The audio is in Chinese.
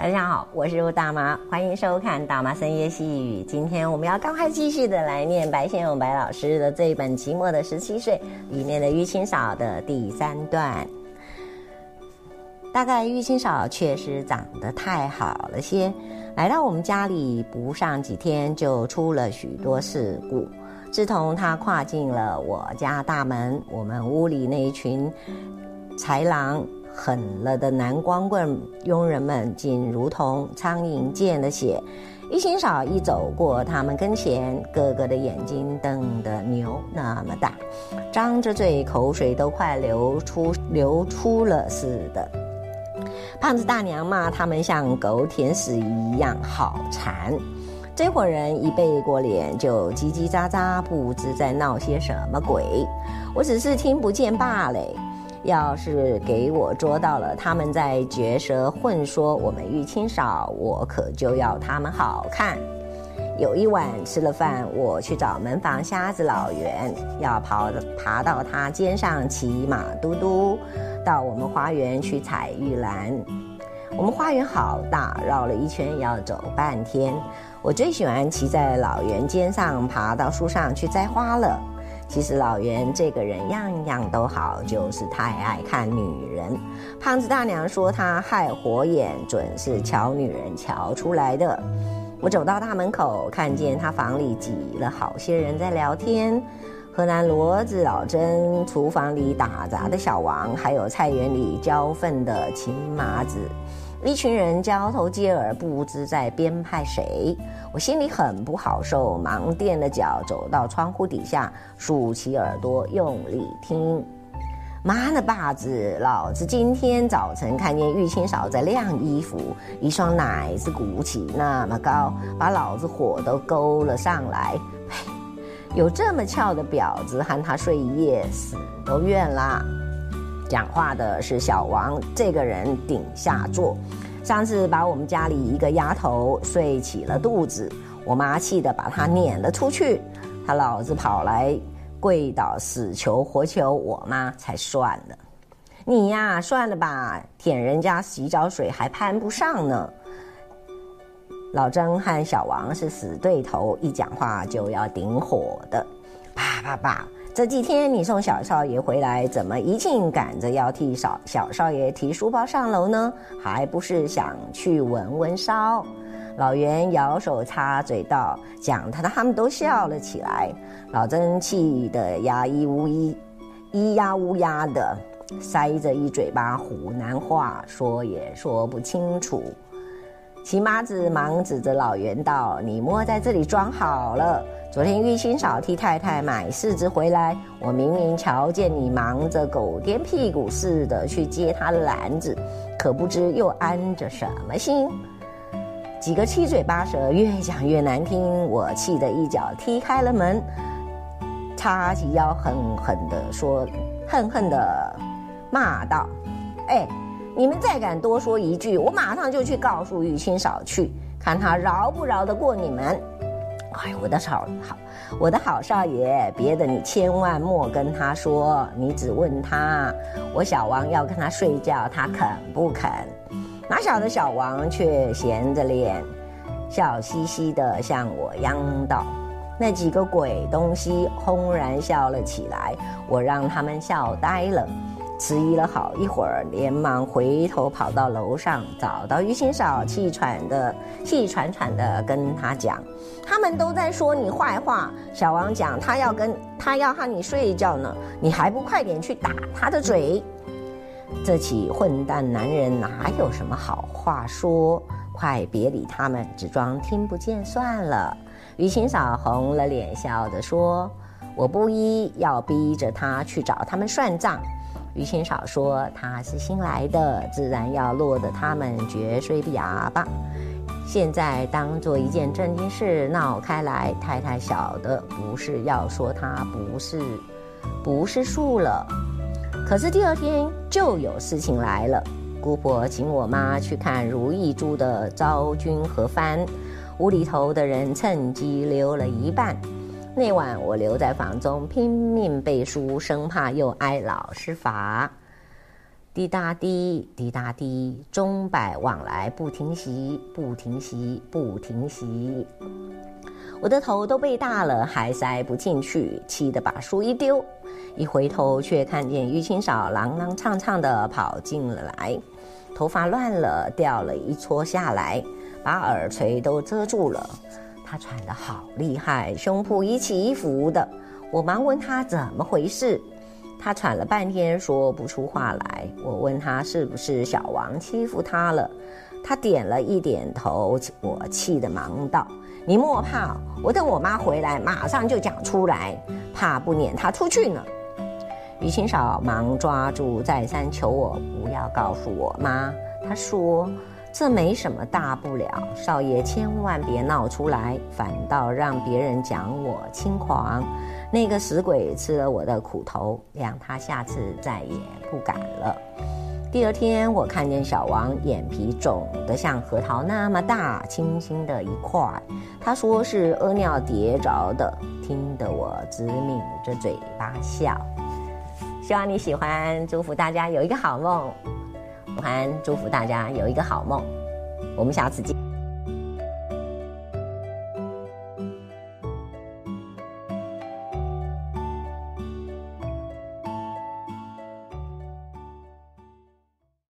大家好，我是吴大妈，欢迎收看大妈深夜细语。今天我们要赶快继续的来念白先勇白老师的这一本《寂寞的17岁》里面的郁清嫂的第3段。大概郁清嫂确实长得太好了些，来到我们家里不上几天就出了许多事故。自从她跨进了我家大门，我们屋里那一群豺狼狠了的南光棍佣人们竟如同苍蝇见了血。郁清嫂一走过他们跟前，个个的眼睛瞪得牛那么大，张着嘴，口水都快流出了似的。胖子大娘骂他们像狗舔屎一样，好馋。这伙人一背过脸就叽叽喳喳，不知在闹些什么鬼，我只是听不见罢了。要是给我捉到了他们在绝舌混说我们郁清嫂，我可就要他们好看。有一晚吃了饭，我去找门房瞎子老袁，要爬到他肩上骑马嘟嘟到我们花园去采玉兰。我们花园好大，绕了一圈要走半天。我最喜欢骑在老袁肩上爬到树上去摘花了。其实老袁这个人样样都好，就是太爱看女人。胖子大娘说他害火眼，准是瞧女人瞧出来的。我走到大门口，看见他房里挤了好些人在聊天，河南骡子老曾，厨房里打杂的小王，还有菜园里浇粪的秦麻子。一群人交头接耳，不知在编排谁。我心里很不好受，忙垫了脚走到窗户底下，竖起耳朵用力听。妈的把子，老子今天早晨看见郁清嫂在晾衣服，一双奶子鼓起那么高，把老子火都勾了上来。嘿，有这么俏的婊子，和她睡一夜，死都愿啦。讲话的是小王这个人顶下作，上次把我们家里一个丫头睡起了肚子，我妈气得把她撵了出去，她老子跑来跪倒死求活求我妈才算了。你呀算了吧，舔人家洗澡水还攀不上呢。老曾和小王是死对头，一讲话就要顶火的。啪啪啪，这几天你送小少爷回来，怎么一劲赶着要替小少爷提书包上楼呢？还不是想去闻闻烧？老袁摇手插嘴道，讲他们都笑了起来。老曾气得牙咿呀乌呀的，塞着一嘴巴湖南话，说也说不清楚。齐妈子忙指着老袁道，你莫在这里装好了，昨天郁清嫂替太太买柿子回来，我明明瞧见你忙着狗颠屁股似的去接她的篮子，可不知又安着什么心。几个七嘴八舌，越讲越难听，我气得一脚踢开了门，叉起腰恨恨地骂道，你们再敢多说一句，我马上就去告诉郁清嫂去，看他饶不饶得过你们。我的好少爷，别的你千万莫跟他说，你只问他，我小王要跟他睡觉，他肯不肯？哪晓得小王却闲着脸，笑嘻嘻地向我央道。那几个鬼东西轰然笑了起来，我让他们笑呆了。迟疑了好一会儿，连忙回头跑到楼上，找到郁清嫂，气喘喘的跟他讲，他们都在说你坏话。小王讲他要和你睡一觉呢，你还不快点去打他的嘴？这起混蛋男人哪有什么好话说？快别理他们，只装听不见算了。郁清嫂红了脸，笑着说，我不依要逼着他去找他们算账。郁清嫂说他是新来的，自然要落得他们绝睡不哑巴。现在当做一件正经事闹开来，太太晓得不是要说他不是数了。可是第二天就有事情来了，姑婆请我妈去看如意珠的昭君和番，屋里头的人趁机溜了一半。那晚我留在房中拼命背书，生怕又挨老师罚。 滴答滴，滴答滴，钟摆往来不停息，不停息，不停息。我的头都被大了，还塞不进去，气得把书一丢。一回头，却看见于清嫂踉踉跄跄地跑进了来，头发乱了，掉了一撮下来，把耳垂都遮住了。她喘得好厉害，胸脯一起一伏的。我忙问她怎么回事，她喘了半天说不出话来。我问她是不是小王欺负她了，她点了一点头。我气得忙道：你莫怕，我等我妈回来马上就讲出来，怕不撵她出去呢。于清嫂忙抓住，再三求我不要告诉我妈。她说这没什么大不了，少爷千万别闹出来，反倒让别人讲我轻狂。那个死鬼吃了我的苦头，谅他下次再也不敢了。第二天，我看见小王眼皮肿得像核桃那么大，青青的一块。他说是屙尿跌着的，听得我直抿着嘴巴笑。希望你喜欢，祝福大家有一个好梦。喜欢，祝福大家有一个好梦。我们下次见。